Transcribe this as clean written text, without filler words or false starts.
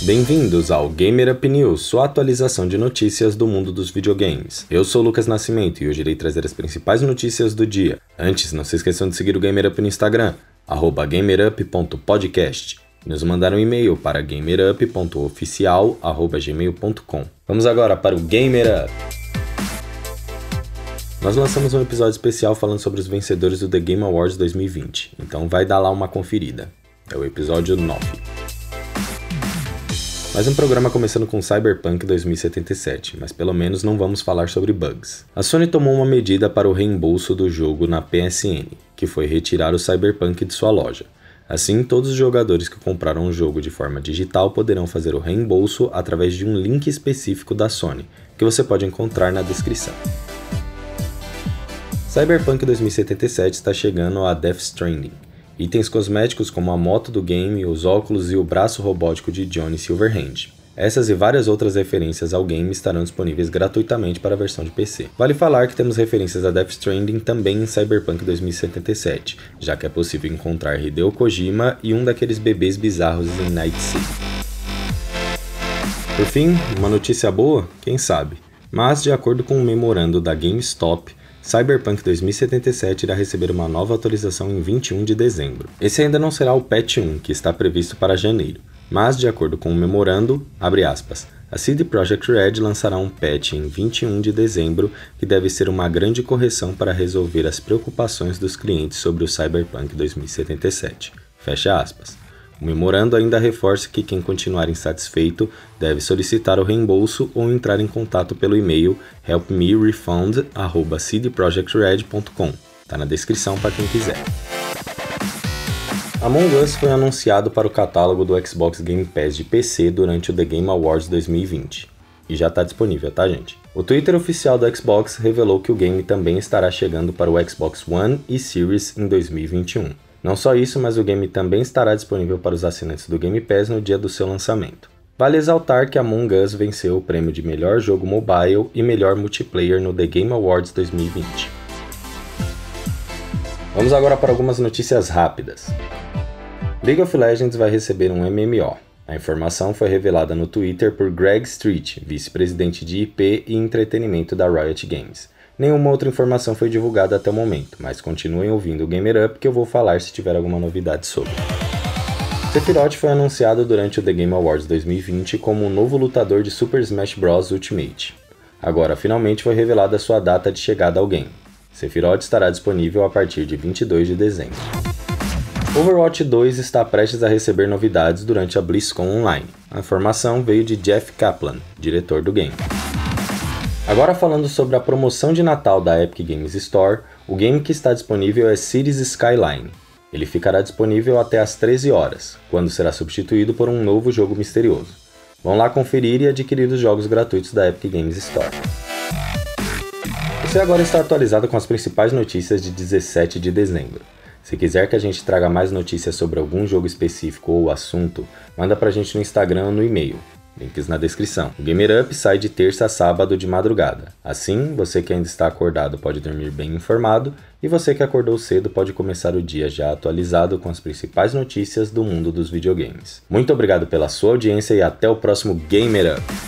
Bem-vindos ao Gamer Up News, sua atualização de notícias do mundo dos videogames. Eu sou o Lucas Nascimento e hoje irei trazer as principais notícias do dia. Antes, não se esqueçam de seguir o Gamer Up no Instagram, @gamerup.podcast, e nos mandar um e-mail para gamerup.oficial@gmail.com. Vamos agora para o Gamer Up. Nós lançamos um episódio especial falando sobre os vencedores do The Game Awards 2020, então vai dar lá uma conferida. É o episódio 9. Mais um programa começando com Cyberpunk 2077, mas pelo menos não vamos falar sobre bugs. A Sony tomou uma medida para o reembolso do jogo na PSN, que foi retirar o Cyberpunk de sua loja. Assim, todos os jogadores que compraram o jogo de forma digital poderão fazer o reembolso através de um link específico da Sony, que você pode encontrar na descrição. Cyberpunk 2077 está chegando a Death Stranding. Itens cosméticos como a moto do game, os óculos e o braço robótico de Johnny Silverhand. Essas e várias outras referências ao game estarão disponíveis gratuitamente para a versão de PC. Vale falar que temos referências a Death Stranding também em Cyberpunk 2077, já que é possível encontrar Hideo Kojima e um daqueles bebês bizarros em Night City. Por fim, uma notícia boa? Quem sabe? Mas, de acordo com o memorando da GameStop, Cyberpunk 2077 irá receber uma nova atualização em 21 de dezembro. Esse ainda não será o patch 1, que está previsto para janeiro, mas de acordo com o memorando, abre aspas, a CD Projekt Red lançará um patch em 21 de dezembro que deve ser uma grande correção para resolver as preocupações dos clientes sobre o Cyberpunk 2077. Fecha aspas. O memorando ainda reforça que quem continuar insatisfeito deve solicitar o reembolso ou entrar em contato pelo e-mail helpmerefund@cdprojectred.com. Tá na descrição para quem quiser. Among Us foi anunciado para o catálogo do Xbox Game Pass de PC durante o The Game Awards 2020. E já está disponível, tá, gente? O Twitter oficial do Xbox revelou que o game também estará chegando para o Xbox One e Series em 2021. Não só isso, mas o game também estará disponível para os assinantes do Game Pass no dia do seu lançamento. Vale exaltar que Among Us venceu o prêmio de melhor jogo mobile e melhor multiplayer no The Game Awards 2020. Vamos agora para algumas notícias rápidas. League of Legends vai receber um MMO. A informação foi revelada no Twitter por Greg Street, vice-presidente de IP e entretenimento da Riot Games. Nenhuma outra informação foi divulgada até o momento, mas continuem ouvindo o Gamer Up que eu vou falar se tiver alguma novidade sobre. Sephiroth foi anunciado durante o The Game Awards 2020 como um novo lutador de Super Smash Bros. Ultimate. Agora, finalmente foi revelada sua data de chegada ao game. Sephiroth estará disponível a partir de 22 de dezembro. Overwatch 2 está prestes a receber novidades durante a BlizzCon Online. A informação veio de Jeff Kaplan, diretor do game. Agora falando sobre a promoção de Natal da Epic Games Store, o game que está disponível é Cities Skyline. Ele ficará disponível até às 13 horas, quando será substituído por um novo jogo misterioso. Vão lá conferir e adquirir os jogos gratuitos da Epic Games Store. Você agora está atualizado com as principais notícias de 17 de dezembro. Se quiser que a gente traga mais notícias sobre algum jogo específico ou assunto, manda pra gente no Instagram ou no e-mail. Links na descrição. O Gamer Up sai de terça a sábado de madrugada. Assim, você que ainda está acordado pode dormir bem informado e você que acordou cedo pode começar o dia já atualizado com as principais notícias do mundo dos videogames. Muito obrigado pela sua audiência e até o próximo Gamer Up!